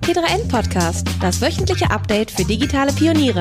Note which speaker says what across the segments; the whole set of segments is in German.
Speaker 1: T3N Podcast, das wöchentliche Update für digitale Pioniere.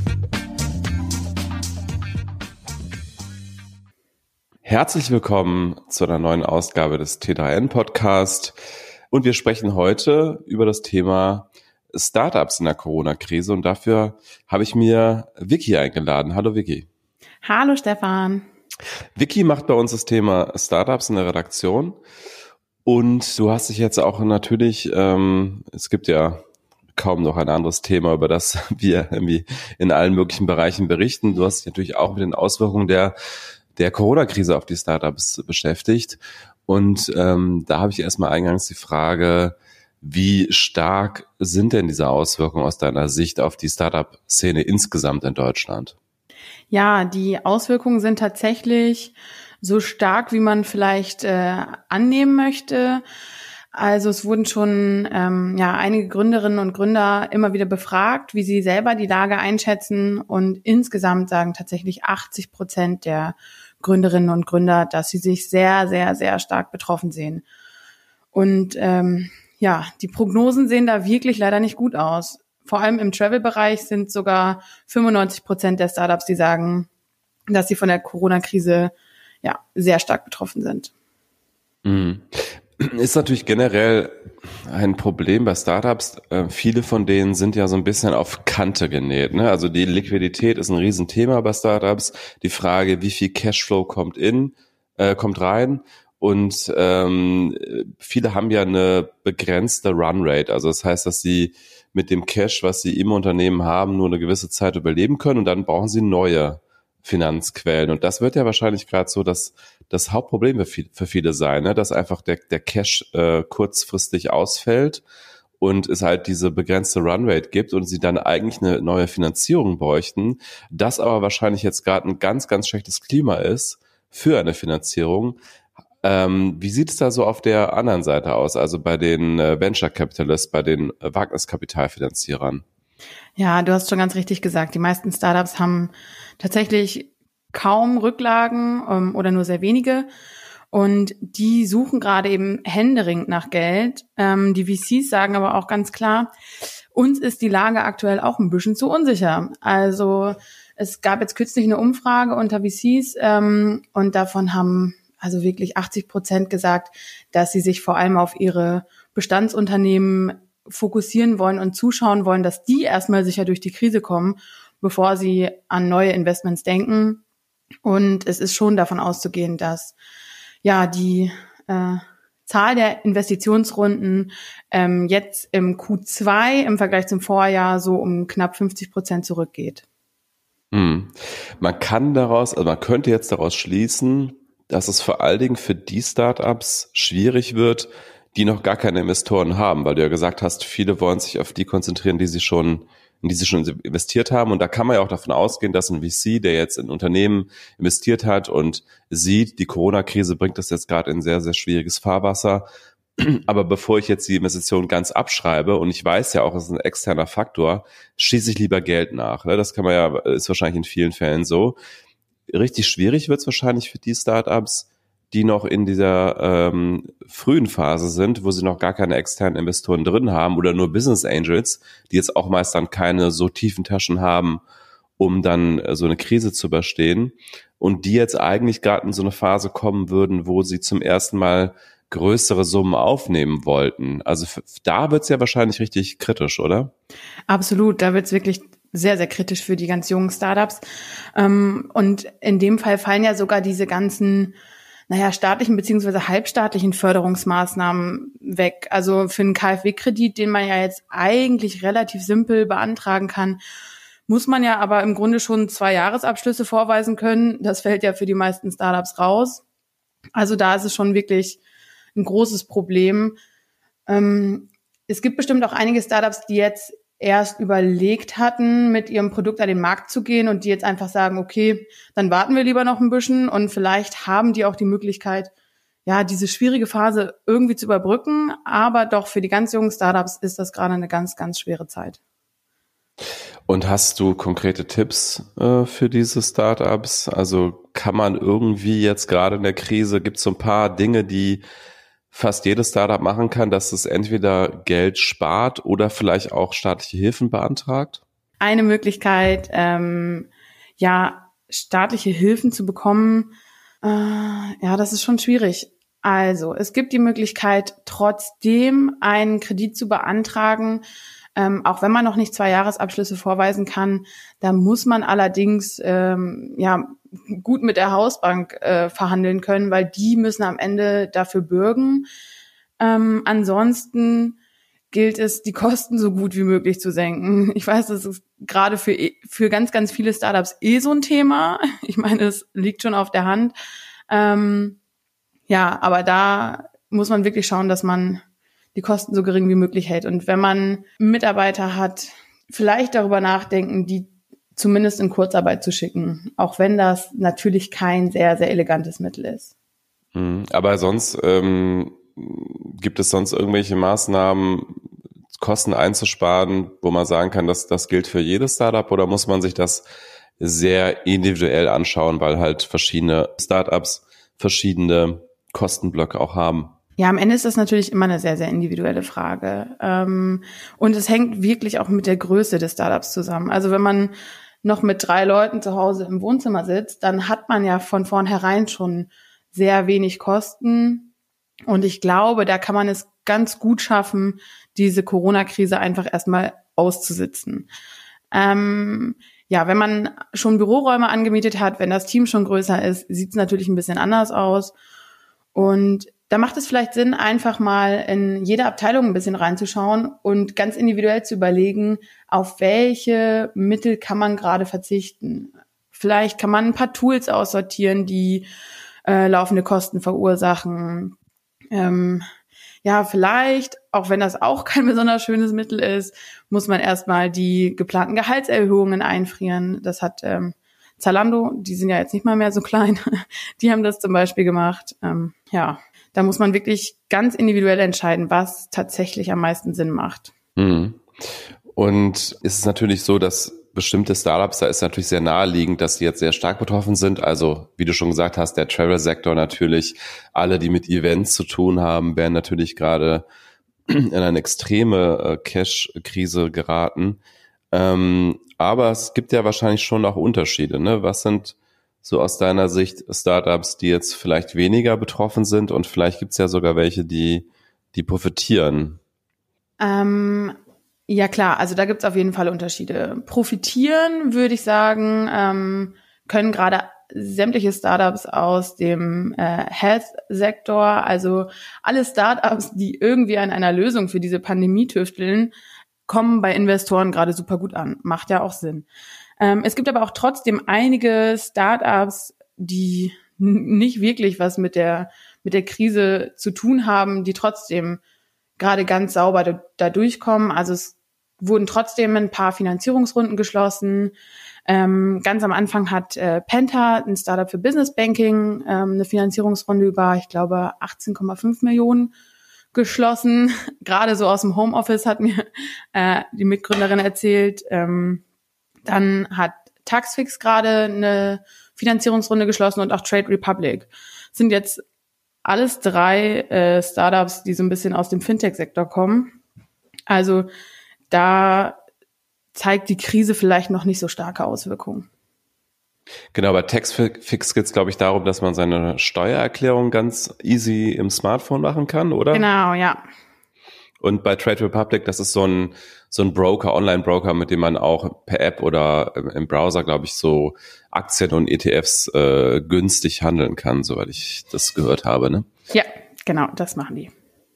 Speaker 2: Herzlich willkommen zu einer neuen Ausgabe des T3N Podcast. Und wir sprechen heute über das Thema Startups in der Corona-Krise. Und dafür habe ich mir Vicky eingeladen. Hallo Vicky.
Speaker 3: Hallo Stefan.
Speaker 2: Vicky macht bei uns das Thema Startups in der Redaktion. Und du hast dich jetzt auch natürlich, es gibt ja kaum noch ein anderes Thema, über das wir irgendwie in allen möglichen Bereichen berichten. Du hast dich natürlich auch mit den Auswirkungen der Corona-Krise auf die Startups beschäftigt. Und da habe ich erstmal eingangs die Frage, wie stark sind denn diese Auswirkungen aus deiner Sicht auf die Startup-Szene insgesamt in Deutschland?
Speaker 3: Ja, die Auswirkungen sind tatsächlich so stark, wie man vielleicht annehmen möchte. Also es wurden schon einige Gründerinnen und Gründer immer wieder befragt, wie sie selber die Lage einschätzen. Und insgesamt sagen tatsächlich 80% der Gründerinnen und Gründer, dass sie sich sehr, sehr, sehr stark betroffen sehen. Und die Prognosen sehen da wirklich leider nicht gut aus. Vor allem im Travel-Bereich sind sogar 95% der Startups, die sagen, dass sie von der Corona-Krise sehr stark betroffen sind.
Speaker 2: Mhm. Ist natürlich generell ein Problem bei Startups. Viele von denen sind ja so ein bisschen auf Kante genäht, ne? Also die Liquidität ist ein Riesenthema bei Startups. Die Frage, wie viel Cashflow kommt rein. Und viele haben ja eine begrenzte Runrate. Also das heißt, dass sie mit dem Cash, was sie im Unternehmen haben, nur eine gewisse Zeit überleben können und dann brauchen sie neue Finanzquellen. Und das wird ja wahrscheinlich gerade so das Hauptproblem für viele sein, ne? Dass einfach der Cash kurzfristig ausfällt und es halt diese begrenzte Runrate gibt und sie dann eigentlich eine neue Finanzierung bräuchten, das aber wahrscheinlich jetzt gerade ein ganz, ganz schlechtes Klima ist für eine Finanzierung. Wie sieht es da so auf der anderen Seite aus, also bei den Venture Capitalists, bei den Wagniskapitalfinanzierern?
Speaker 3: Ja, du hast schon ganz richtig gesagt, die meisten Startups haben tatsächlich kaum Rücklagen oder nur sehr wenige und die suchen gerade eben händeringend nach Geld. Die VCs sagen aber auch ganz klar, uns ist die Lage aktuell auch ein bisschen zu unsicher. Also es gab jetzt kürzlich eine Umfrage unter VCs und davon haben also wirklich 80% gesagt, dass sie sich vor allem auf ihre Bestandsunternehmen fokussieren wollen und zuschauen wollen, dass die erstmal sicher durch die Krise kommen, bevor sie an neue Investments denken. Und es ist schon davon auszugehen, dass die Zahl der Investitionsrunden jetzt im Q2 im Vergleich zum Vorjahr so um knapp 50% zurückgeht.
Speaker 2: Man könnte jetzt daraus schließen, dass es vor allen Dingen für die Startups schwierig wird, die noch gar keine Investoren haben, weil du ja gesagt hast, viele wollen sich auf die konzentrieren, in die sie schon investiert haben. Und da kann man ja auch davon ausgehen, dass ein VC, der jetzt in Unternehmen investiert hat und sieht, die Corona-Krise bringt das jetzt gerade in sehr, sehr schwieriges Fahrwasser. Aber bevor ich jetzt die Investition ganz abschreibe, und ich weiß ja auch, es ist ein externer Faktor, schieße ich lieber Geld nach. Das kann man ja, ist wahrscheinlich in vielen Fällen so. Richtig schwierig wird es wahrscheinlich für die Startups, die noch in dieser frühen Phase sind, wo sie noch gar keine externen Investoren drin haben oder nur Business Angels, die jetzt auch meist dann keine so tiefen Taschen haben, um dann so eine Krise zu überstehen und die jetzt eigentlich gerade in so eine Phase kommen würden, wo sie zum ersten Mal größere Summen aufnehmen wollten. Also da wird es ja wahrscheinlich richtig kritisch, oder?
Speaker 3: Absolut, da wird es wirklich sehr, sehr kritisch für die ganz jungen Startups. Und in dem Fall fallen ja sogar diese ganzen staatlichen beziehungsweise halbstaatlichen Förderungsmaßnahmen weg. Also für einen KfW-Kredit, den man ja jetzt eigentlich relativ simpel beantragen kann, muss man ja aber im Grunde schon 2 Jahresabschlüsse vorweisen können. Das fällt ja für die meisten Startups raus. Also da ist es schon wirklich ein großes Problem. Es gibt bestimmt auch einige Startups, die jetzt erst überlegt hatten, mit ihrem Produkt an den Markt zu gehen und die jetzt einfach sagen, okay, dann warten wir lieber noch ein bisschen und vielleicht haben die auch die Möglichkeit, diese schwierige Phase irgendwie zu überbrücken, aber doch für die ganz jungen Startups ist das gerade eine ganz, ganz schwere Zeit.
Speaker 2: Und hast du konkrete Tipps für diese Startups? Also kann man irgendwie jetzt gerade in der Krise, gibt es so ein paar Dinge, die fast jedes Startup machen kann, dass es entweder Geld spart oder vielleicht auch staatliche Hilfen beantragt?
Speaker 3: Eine Möglichkeit, staatliche Hilfen zu bekommen, das ist schon schwierig. Also, es gibt die Möglichkeit, trotzdem einen Kredit zu beantragen, auch wenn man noch nicht 2 Jahresabschlüsse vorweisen kann. Da muss man allerdings gut mit der Hausbank verhandeln können, weil die müssen am Ende dafür bürgen. Ansonsten gilt es, die Kosten so gut wie möglich zu senken. Ich weiß, das ist gerade für ganz, ganz viele Startups so ein Thema. Ich meine, es liegt schon auf der Hand. Aber da muss man wirklich schauen, dass man die Kosten so gering wie möglich hält. Und wenn man Mitarbeiter hat, vielleicht darüber nachdenken, die zumindest in Kurzarbeit zu schicken, auch wenn das natürlich kein sehr, sehr elegantes Mittel ist.
Speaker 2: Aber sonst gibt es sonst irgendwelche Maßnahmen, Kosten einzusparen, wo man sagen kann, dass das gilt für jedes Startup, oder muss man sich das sehr individuell anschauen, weil halt verschiedene Startups verschiedene Kostenblöcke auch haben?
Speaker 3: Ja, am Ende ist das natürlich immer eine sehr, sehr individuelle Frage. Und es hängt wirklich auch mit der Größe des Startups zusammen. Also wenn man noch mit 3 Leuten zu Hause im Wohnzimmer sitzt, dann hat man ja von vornherein schon sehr wenig Kosten. Und ich glaube, da kann man es ganz gut schaffen, diese Corona-Krise einfach erstmal auszusitzen. Wenn man schon Büroräume angemietet hat, wenn das Team schon größer ist, sieht es natürlich ein bisschen anders aus. Und da macht es vielleicht Sinn, einfach mal in jede Abteilung ein bisschen reinzuschauen und ganz individuell zu überlegen, auf welche Mittel kann man gerade verzichten. Vielleicht kann man ein paar Tools aussortieren, die laufende Kosten verursachen. Vielleicht, auch wenn das auch kein besonders schönes Mittel ist, muss man erstmal die geplanten Gehaltserhöhungen einfrieren. Das hat Zalando, die sind ja jetzt nicht mal mehr so klein, die haben das zum Beispiel gemacht. Da muss man wirklich ganz individuell entscheiden, was tatsächlich am meisten Sinn macht.
Speaker 2: Und ist es natürlich so, dass bestimmte Startups, da ist natürlich sehr naheliegend, dass sie jetzt sehr stark betroffen sind. Also, wie du schon gesagt hast, der Travel-Sektor natürlich, alle, die mit Events zu tun haben, werden natürlich gerade in eine extreme Cash-Krise geraten. Aber es gibt ja wahrscheinlich schon auch Unterschiede, ne? Was sind so aus deiner Sicht Startups, die jetzt vielleicht weniger betroffen sind, und vielleicht gibt es ja sogar welche, die profitieren?
Speaker 3: Ja klar, also da gibt's auf jeden Fall Unterschiede. Profitieren, würde ich sagen, können gerade sämtliche Startups aus dem Health-Sektor, also alle Startups, die irgendwie an einer Lösung für diese Pandemie tüfteln, kommen bei Investoren gerade super gut an. Macht ja auch Sinn. Es gibt aber auch trotzdem einige Startups, die nicht wirklich was mit der Krise zu tun haben, die trotzdem gerade ganz sauber da durchkommen. Also es wurden trotzdem ein paar Finanzierungsrunden geschlossen. Ganz am Anfang hat Penta, ein Startup für Business Banking, eine Finanzierungsrunde über, ich glaube, 18,5 Millionen geschlossen. Gerade so aus dem Homeoffice hat mir die Mitgründerin erzählt. Dann hat Taxfix gerade eine Finanzierungsrunde geschlossen und auch Trade Republic. Das sind jetzt alles 3 Startups, die so ein bisschen aus dem Fintech-Sektor kommen. Also da zeigt die Krise vielleicht noch nicht so starke Auswirkungen.
Speaker 2: Genau, bei Taxfix geht es, glaube ich, darum, dass man seine Steuererklärung ganz easy im Smartphone machen kann, oder?
Speaker 3: Genau, ja.
Speaker 2: Und bei Trade Republic, das ist so ein Broker, Online-Broker, mit dem man auch per App oder im Browser, glaube ich, so Aktien und ETFs günstig handeln kann, soweit ich das gehört habe, ne?
Speaker 3: Ja, genau, das machen die.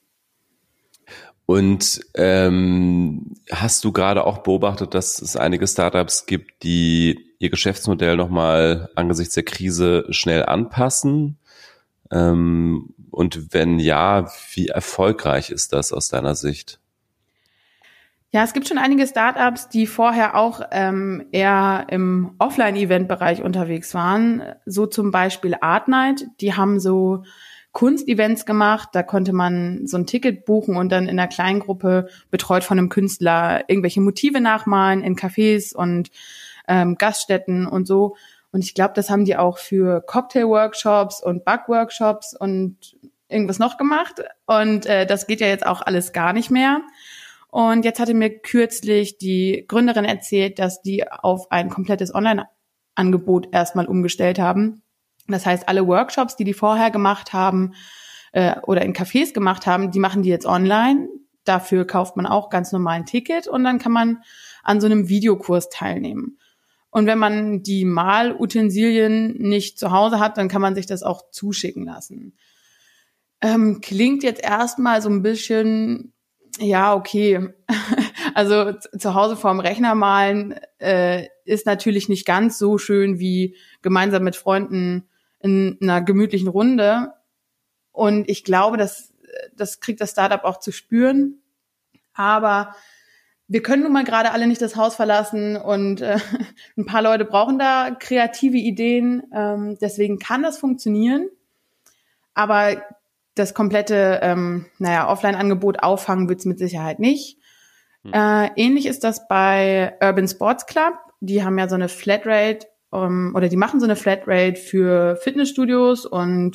Speaker 2: Und hast du gerade auch beobachtet, dass es einige Startups gibt, die ihr Geschäftsmodell nochmal angesichts der Krise schnell anpassen? Und wenn ja, wie erfolgreich ist das aus deiner Sicht?
Speaker 3: Ja, es gibt schon einige Startups, die vorher auch eher im Offline-Event-Bereich unterwegs waren. So zum Beispiel Artnight, die haben so Kunstevents gemacht. Da konnte man so ein Ticket buchen und dann in einer kleinen Gruppe, betreut von einem Künstler, irgendwelche Motive nachmalen in Cafés und Gaststätten und so. Und ich glaube, das haben die auch für Cocktail-Workshops und Bug-Workshops und irgendwas noch gemacht. Und das geht ja jetzt auch alles gar nicht mehr. Und jetzt hatte mir kürzlich die Gründerin erzählt, dass die auf ein komplettes Online-Angebot erstmal umgestellt haben. Das heißt, alle Workshops, die vorher gemacht haben oder in Cafés gemacht haben, die machen die jetzt online. Dafür kauft man auch ganz normal ein Ticket und dann kann man an so einem Videokurs teilnehmen. Und wenn man die Malutensilien nicht zu Hause hat, dann kann man sich das auch zuschicken lassen. Klingt jetzt erstmal so ein bisschen, ja, okay. Also zu Hause vorm Rechner malen ist natürlich nicht ganz so schön wie gemeinsam mit Freunden in einer gemütlichen Runde. Und ich glaube, das kriegt das Startup auch zu spüren. Aber wir können nun mal gerade alle nicht das Haus verlassen und ein paar Leute brauchen da kreative Ideen. Deswegen kann das funktionieren. Aber das komplette Offline-Angebot auffangen wird es mit Sicherheit nicht. Ähnlich ist das bei Urban Sports Club. Die haben ja so eine Flatrate oder die machen so eine Flatrate für Fitnessstudios und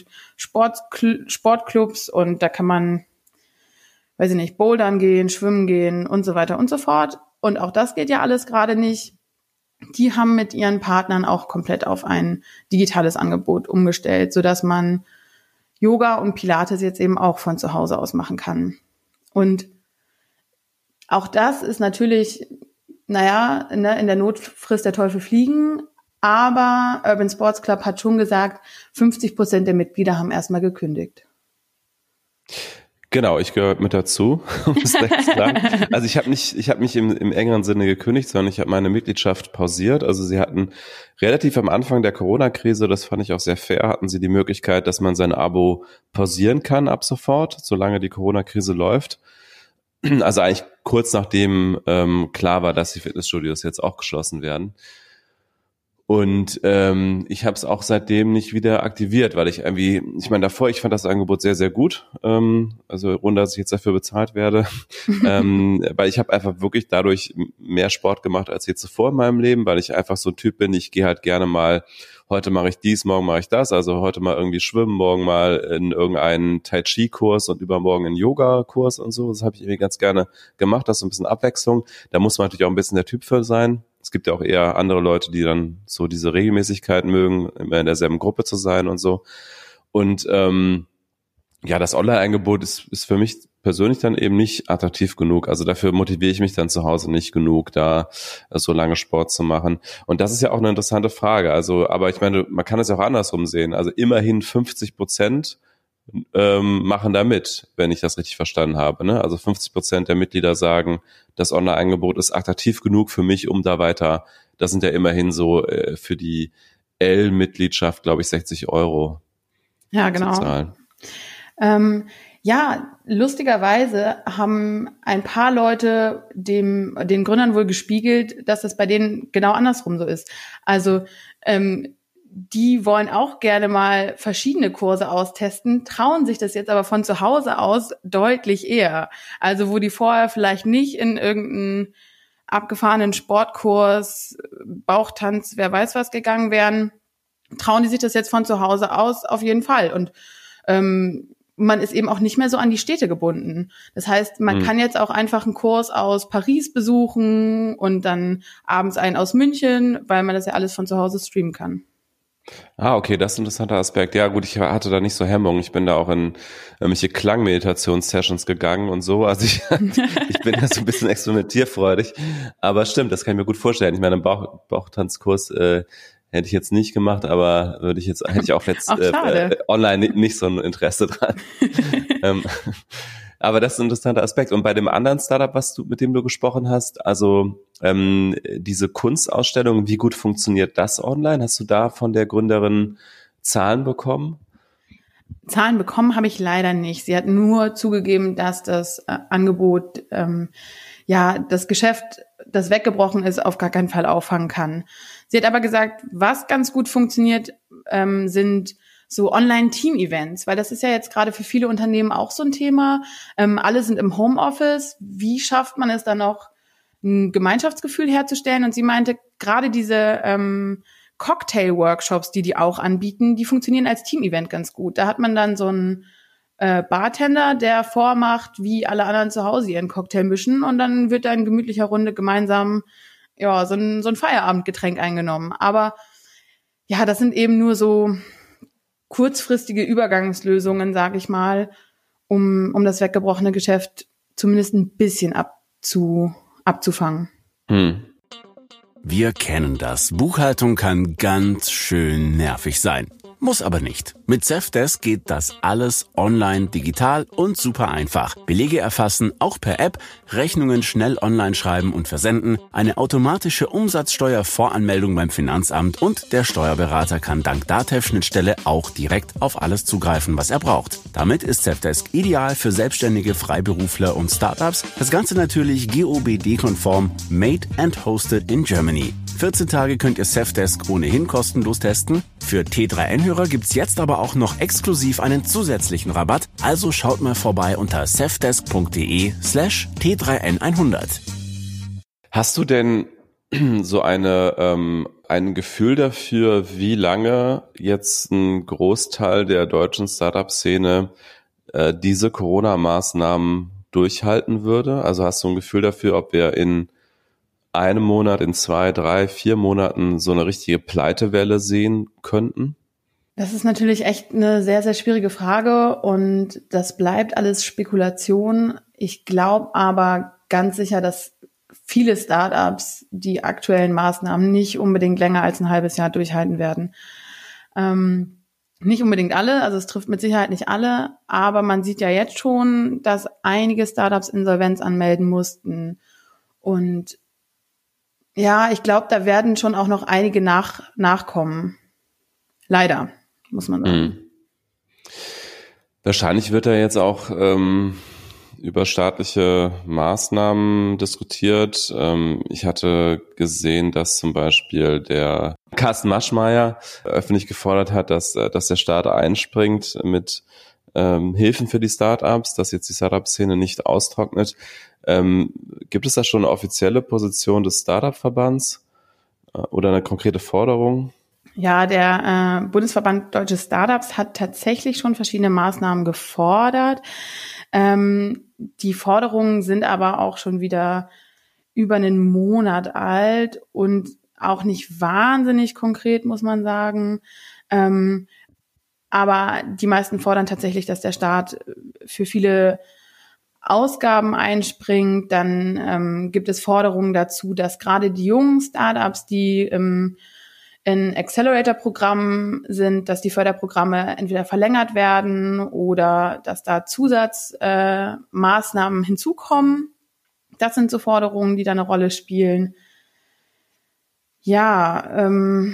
Speaker 3: Sportclubs und da kann man, weiß ich nicht, bouldern gehen, schwimmen gehen und so weiter und so fort. Und auch das geht ja alles gerade nicht. Die haben mit ihren Partnern auch komplett auf ein digitales Angebot umgestellt, sodass man Yoga und Pilates jetzt eben auch von zu Hause aus machen kann. Und auch das ist natürlich, in der Not frisst der Teufel Fliegen. Aber Urban Sports Club hat schon gesagt, 50% der Mitglieder haben erstmal gekündigt.
Speaker 2: Genau, ich gehöre mit dazu, um es direkt zu sagen. Also ich habe mich im engeren Sinne gekündigt, sondern ich habe meine Mitgliedschaft pausiert. Also sie hatten relativ am Anfang der Corona-Krise, das fand ich auch sehr fair, hatten sie die Möglichkeit, dass man sein Abo pausieren kann ab sofort, solange die Corona-Krise läuft. Also eigentlich kurz nachdem klar war, dass die Fitnessstudios jetzt auch geschlossen werden. Und ich habe es auch seitdem nicht wieder aktiviert, weil ich fand das Angebot sehr, sehr gut. Also ohne dass ich jetzt dafür bezahlt werde. Weil ich habe einfach wirklich dadurch mehr Sport gemacht als je zuvor in meinem Leben, weil ich einfach so ein Typ bin, ich gehe halt gerne mal, heute mache ich dies, morgen mache ich das, also heute mal irgendwie schwimmen, morgen mal in irgendeinen Tai-Chi-Kurs und übermorgen einen Yoga-Kurs und so. Das habe ich irgendwie ganz gerne gemacht, das ist so ein bisschen Abwechslung. Da muss man natürlich auch ein bisschen der Typ für sein. Es gibt ja auch eher andere Leute, die dann so diese Regelmäßigkeit mögen, immer in derselben Gruppe zu sein und so. Und das Online-Angebot ist für mich persönlich dann eben nicht attraktiv genug. Also dafür motiviere ich mich dann zu Hause nicht genug, da so lange Sport zu machen. Und das ist ja auch eine interessante Frage. Also, aber ich meine, man kann es ja auch andersrum sehen. Also immerhin 50% machen da mit, wenn ich das richtig verstanden habe. Ne? Also 50% der Mitglieder sagen, das Online-Angebot ist attraktiv genug für mich, um da weiter, das sind ja immerhin so für die L-Mitgliedschaft, glaube ich, 60 €
Speaker 3: ja, genau.
Speaker 2: zu zahlen.
Speaker 3: Lustigerweise haben ein paar Leute den Gründern wohl gespiegelt, dass das bei denen genau andersrum so ist. Also die wollen auch gerne mal verschiedene Kurse austesten, trauen sich das jetzt aber von zu Hause aus deutlich eher. Also wo die vorher vielleicht nicht in irgendeinen abgefahrenen Sportkurs, Bauchtanz, wer weiß was gegangen wären, trauen die sich das jetzt von zu Hause aus auf jeden Fall. Und man ist eben auch nicht mehr so an die Städte gebunden. Das heißt, man kann jetzt auch einfach einen Kurs aus Paris besuchen und dann abends einen aus München, weil man das ja alles von zu Hause streamen kann.
Speaker 2: Okay, das ist ein interessanter Aspekt. Ja gut, ich hatte da nicht so Hemmung. Ich bin da auch in irgendwelche Klangmeditations-Sessions gegangen und so. Also ich bin da so ein bisschen experimentierfreudig. Aber stimmt, das kann ich mir gut vorstellen. Ich meine, einen Bauchtanzkurs hätte ich jetzt nicht gemacht, aber hätte ich auch jetzt online nicht so ein Interesse dran. Aber das ist ein interessanter Aspekt. Und bei dem anderen Startup, mit dem du gesprochen hast, also diese Kunstausstellung, wie gut funktioniert das online? Hast du da von der Gründerin Zahlen bekommen?
Speaker 3: Zahlen bekommen habe ich leider nicht. Sie hat nur zugegeben, dass das Angebot, das Geschäft, das weggebrochen ist, auf gar keinen Fall auffangen kann. Sie hat aber gesagt, was ganz gut funktioniert, sind so Online-Team-Events, weil das ist ja jetzt gerade für viele Unternehmen auch so ein Thema. Alle sind im Homeoffice. Wie schafft man es dann noch, ein Gemeinschaftsgefühl herzustellen? Und sie meinte, gerade diese Cocktail-Workshops, die auch anbieten, die funktionieren als Team-Event ganz gut. Da hat man dann so ein Bartender, der vormacht, wie alle anderen zu Hause ihren Cocktail mischen, und dann wird da in gemütlicher Runde gemeinsam so ein Feierabendgetränk eingenommen. Aber ja, das sind eben nur so kurzfristige Übergangslösungen, sage ich mal, um das weggebrochene Geschäft zumindest ein bisschen abzufangen.
Speaker 4: Wir kennen das. Buchhaltung kann ganz schön nervig sein. Muss aber nicht. Mit Safdesk geht das alles online, digital und super einfach. Belege erfassen, auch per App, Rechnungen schnell online schreiben und versenden, eine automatische Umsatzsteuervoranmeldung beim Finanzamt und der Steuerberater kann dank Datev-Schnittstelle auch direkt auf alles zugreifen, was er braucht. Damit ist Safdesk ideal für selbstständige Freiberufler und Startups. Das Ganze natürlich GOBD-konform, made and hosted in Germany. 14 Tage könnt ihr Safdesk ohnehin kostenlos testen. Für T3N-Hörer gibt's jetzt aber auch noch exklusiv einen zusätzlichen Rabatt. Also schaut mal vorbei unter safdesk.de/T3N100.
Speaker 2: Hast du denn so ein Gefühl dafür, wie lange jetzt ein Großteil der deutschen Startup-Szene diese Corona-Maßnahmen durchhalten würde? Also hast du ein Gefühl dafür, ob wir in einem Monat, in 2, 3, 4 Monaten so eine richtige Pleitewelle sehen könnten?
Speaker 3: Das ist natürlich echt eine sehr, sehr schwierige Frage und das bleibt alles Spekulation. Ich glaube aber ganz sicher, dass viele Startups die aktuellen Maßnahmen nicht unbedingt länger als ein halbes Jahr durchhalten werden. Nicht unbedingt alle, also es trifft mit Sicherheit nicht alle, aber man sieht ja jetzt schon, dass einige Startups Insolvenz anmelden mussten. Und ja, ich glaube, da werden schon auch noch einige nachkommen. Leider, muss man sagen.
Speaker 2: Wahrscheinlich wird da jetzt auch über staatliche Maßnahmen diskutiert. Ich hatte gesehen, dass zum Beispiel der Carsten Maschmeyer öffentlich gefordert hat, dass der Staat einspringt mit Hilfen für die Startups, dass jetzt die Startup-Szene nicht austrocknet. Gibt es da schon eine offizielle Position des Startup-Verbands oder eine konkrete Forderung?
Speaker 3: Ja, der Bundesverband Deutsche Startups hat tatsächlich schon verschiedene Maßnahmen gefordert. Die Forderungen sind aber auch schon wieder über einen Monat alt und auch nicht wahnsinnig konkret, muss man sagen. Aber die meisten fordern tatsächlich, dass der Staat für viele Ausgaben einspringt. Dann gibt es Forderungen dazu, dass gerade die jungen Startups, die in Accelerator-Programmen sind, dass die Förderprogramme entweder verlängert werden oder dass da Zusatzmaßnahmen hinzukommen. Das sind so Forderungen, die da eine Rolle spielen. Ja,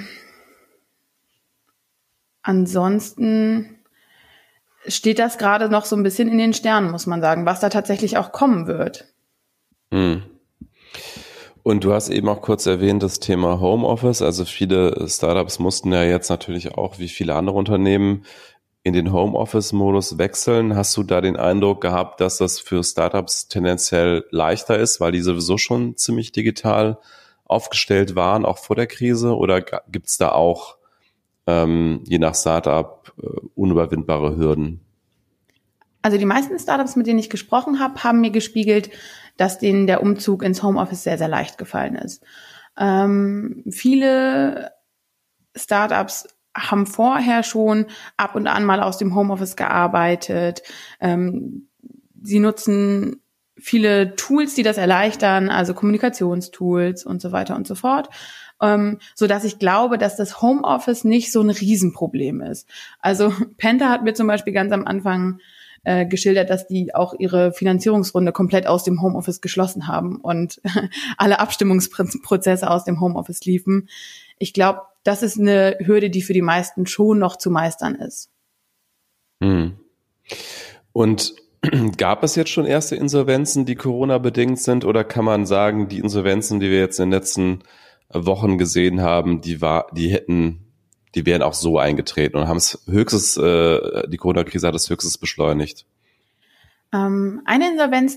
Speaker 3: ansonsten steht das gerade noch so ein bisschen in den Sternen, muss man sagen, was da tatsächlich auch kommen wird.
Speaker 2: Und du hast eben auch kurz erwähnt, das Thema Homeoffice. Also viele Startups mussten ja jetzt natürlich auch, wie viele andere Unternehmen, in den Homeoffice-Modus wechseln. Hast du da den Eindruck gehabt, dass das für Startups tendenziell leichter ist, weil die sowieso schon ziemlich digital aufgestellt waren, auch vor der Krise? Oder gibt es da auch, je nach Startup, unüberwindbare Hürden?
Speaker 3: Also die meisten Startups, mit denen ich gesprochen habe, haben mir gespiegelt, dass denen der Umzug ins Homeoffice sehr, sehr leicht gefallen ist. Viele Startups haben vorher schon ab und an mal aus dem Homeoffice gearbeitet. Sie nutzen viele Tools, die das erleichtern, also Kommunikationstools und so weiter und so fort, so dass ich glaube, dass das Homeoffice nicht so ein Riesenproblem ist. Also Penta hat mir zum Beispiel ganz am Anfang geschildert, dass die auch ihre Finanzierungsrunde komplett aus dem Homeoffice geschlossen haben und alle Abstimmungsprozesse aus dem Homeoffice liefen. Ich glaube, das ist eine Hürde, die für die meisten schon noch zu meistern ist.
Speaker 2: Und gab es jetzt schon erste Insolvenzen, die Corona-bedingt sind, oder kann man sagen, die Insolvenzen, die wir jetzt in den letzten Wochen gesehen haben, die wären auch so eingetreten und haben es höchstens, die Corona-Krise hat es höchstens beschleunigt?
Speaker 3: Eine Insolvenz,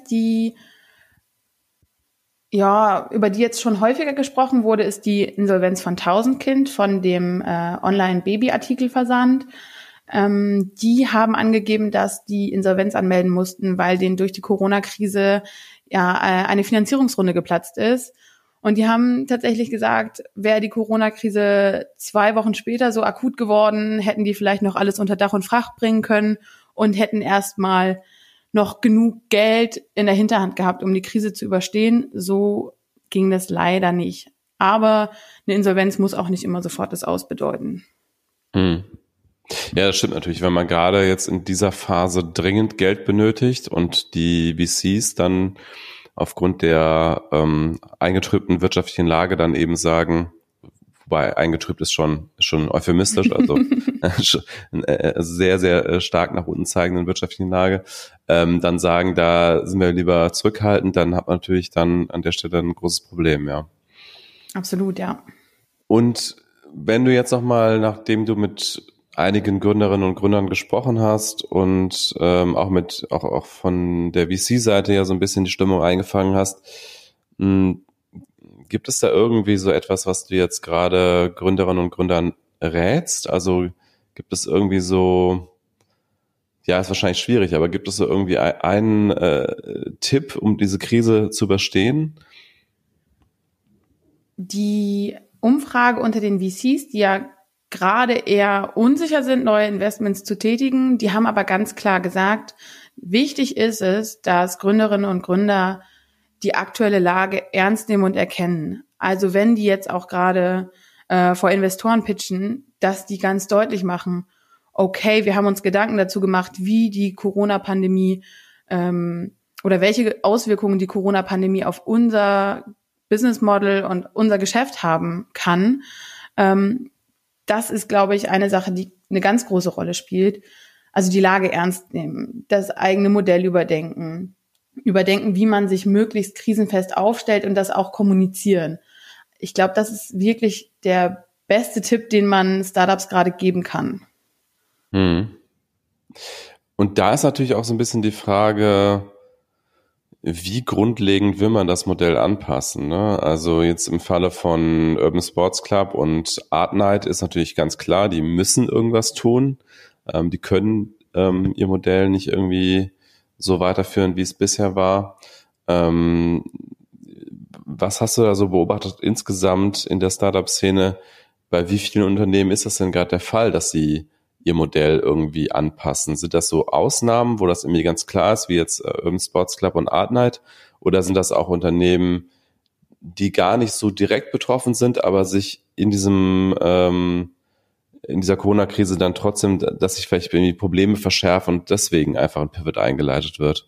Speaker 3: über die jetzt schon häufiger gesprochen wurde, ist die Insolvenz von Tausendkind, von dem Online-Baby-Artikelversand. Die haben angegeben, dass die Insolvenz anmelden mussten, weil denen durch die Corona-Krise eine Finanzierungsrunde geplatzt ist. Und die haben tatsächlich gesagt, wäre die Corona-Krise 2 Wochen später so akut geworden, hätten die vielleicht noch alles unter Dach und Fach bringen können und hätten erstmal noch genug Geld in der Hinterhand gehabt, um die Krise zu überstehen. So ging das leider nicht. Aber eine Insolvenz muss auch nicht immer sofort das Aus bedeuten.
Speaker 2: Ja, das stimmt natürlich. Wenn man gerade jetzt in dieser Phase dringend Geld benötigt und die VCs dann aufgrund der eingetrübten wirtschaftlichen Lage dann eben sagen, wobei eingetrübt ist schon euphemistisch, also sehr, sehr stark nach unten zeigenden wirtschaftlichen Lage, dann sagen, da sind wir lieber zurückhaltend, dann hat man natürlich dann an der Stelle ein großes Problem, ja.
Speaker 3: Absolut, ja.
Speaker 2: Und wenn du jetzt nochmal, nachdem du mit einigen Gründerinnen und Gründern gesprochen hast und auch von der VC-Seite ja so ein bisschen die Stimmung eingefangen hast, gibt es da irgendwie so etwas, was du jetzt gerade Gründerinnen und Gründern rätst? Also gibt es irgendwie so, ja, ist wahrscheinlich schwierig, aber gibt es so irgendwie einen Tipp, um diese Krise zu überstehen?
Speaker 3: Die Umfrage unter den VCs, die ja gerade eher unsicher sind, neue Investments zu tätigen, die haben aber ganz klar gesagt, wichtig ist es, dass Gründerinnen und Gründer die aktuelle Lage ernst nehmen und erkennen. Also wenn die jetzt auch gerade vor Investoren pitchen, dass die ganz deutlich machen, okay, wir haben uns Gedanken dazu gemacht, wie die Corona-Pandemie oder welche Auswirkungen die Corona-Pandemie auf unser Business Model und unser Geschäft haben kann. Das ist, glaube ich, eine Sache, die eine ganz große Rolle spielt. Also die Lage ernst nehmen, das eigene Modell überdenken, wie man sich möglichst krisenfest aufstellt und das auch kommunizieren. Ich glaube, das ist wirklich der beste Tipp, den man Startups gerade geben kann.
Speaker 2: Und da ist natürlich auch so ein bisschen die Frage, wie grundlegend will man das Modell anpassen, ne? Also jetzt im Falle von Urban Sports Club und Art Night ist natürlich ganz klar, die müssen irgendwas tun. Die können ihr Modell nicht irgendwie so weiterführen, wie es bisher war. Was hast du da so beobachtet insgesamt in der Startup-Szene? Bei wie vielen Unternehmen ist das denn gerade der Fall, dass sie ihr Modell irgendwie anpassen? Sind das so Ausnahmen, wo das irgendwie ganz klar ist, wie jetzt Urban Sports Club und Art Night? Oder sind das auch Unternehmen, die gar nicht so direkt betroffen sind, aber sich in dieser Corona-Krise dann trotzdem, dass sich vielleicht irgendwie Probleme verschärfen und deswegen einfach ein Pivot eingeleitet wird?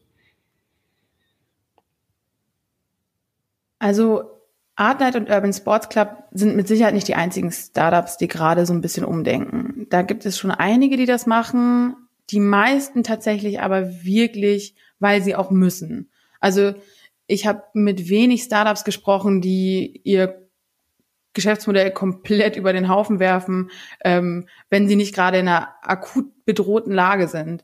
Speaker 3: Also Art Night und Urban Sports Club sind mit Sicherheit nicht die einzigen Startups, die gerade so ein bisschen umdenken. Da gibt es schon einige, die das machen, die meisten tatsächlich aber wirklich, weil sie auch müssen. Also ich habe mit wenig Startups gesprochen, die ihr Geschäftsmodell komplett über den Haufen werfen, wenn sie nicht gerade in einer akut bedrohten Lage sind.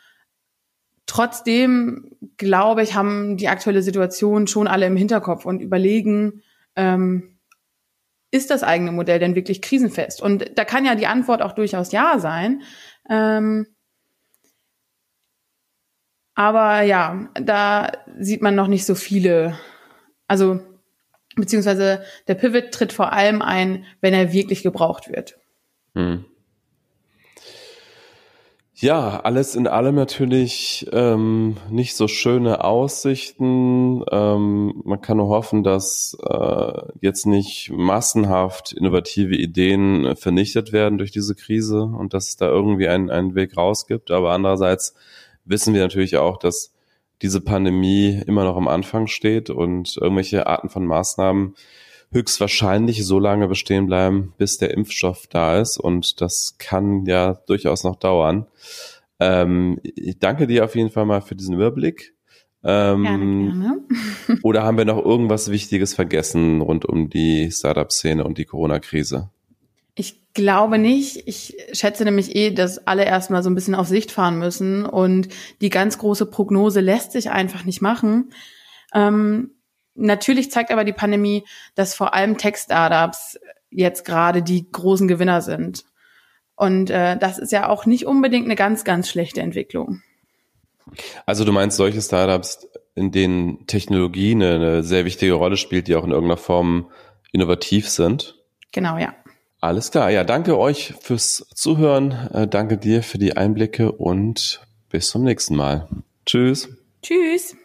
Speaker 3: Trotzdem, glaube ich, haben die aktuelle Situation schon alle im Hinterkopf und überlegen, ist das eigene Modell denn wirklich krisenfest? Und da kann ja die Antwort auch durchaus ja sein. Aber ja, da sieht man noch nicht so viele, also beziehungsweise der Pivot tritt vor allem ein, wenn er wirklich gebraucht wird.
Speaker 2: Ja, alles in allem natürlich nicht so schöne Aussichten. Man kann nur hoffen, dass jetzt nicht massenhaft innovative Ideen vernichtet werden durch diese Krise und dass es da irgendwie einen Weg raus gibt. Aber andererseits wissen wir natürlich auch, dass diese Pandemie immer noch am Anfang steht und irgendwelche Arten von Maßnahmen höchstwahrscheinlich so lange bestehen bleiben, bis der Impfstoff da ist. Und das kann ja durchaus noch dauern. Ich danke dir auf jeden Fall mal für diesen Überblick.
Speaker 3: Gerne.
Speaker 2: Oder haben wir noch irgendwas Wichtiges vergessen rund um die Startup-Szene und die Corona-Krise?
Speaker 3: Ich glaube nicht. Ich schätze nämlich dass alle erstmal so ein bisschen auf Sicht fahren müssen und die ganz große Prognose lässt sich einfach nicht machen. Natürlich zeigt aber die Pandemie, dass vor allem Tech-Startups jetzt gerade die großen Gewinner sind. Und das ist ja auch nicht unbedingt eine ganz, ganz schlechte Entwicklung.
Speaker 2: Also du meinst solche Startups, in denen Technologie eine sehr wichtige Rolle spielt, die auch in irgendeiner Form innovativ sind?
Speaker 3: Genau, ja.
Speaker 2: Alles klar. Ja, danke euch fürs Zuhören. Danke dir für die Einblicke und bis zum nächsten Mal. Tschüss.
Speaker 3: Tschüss.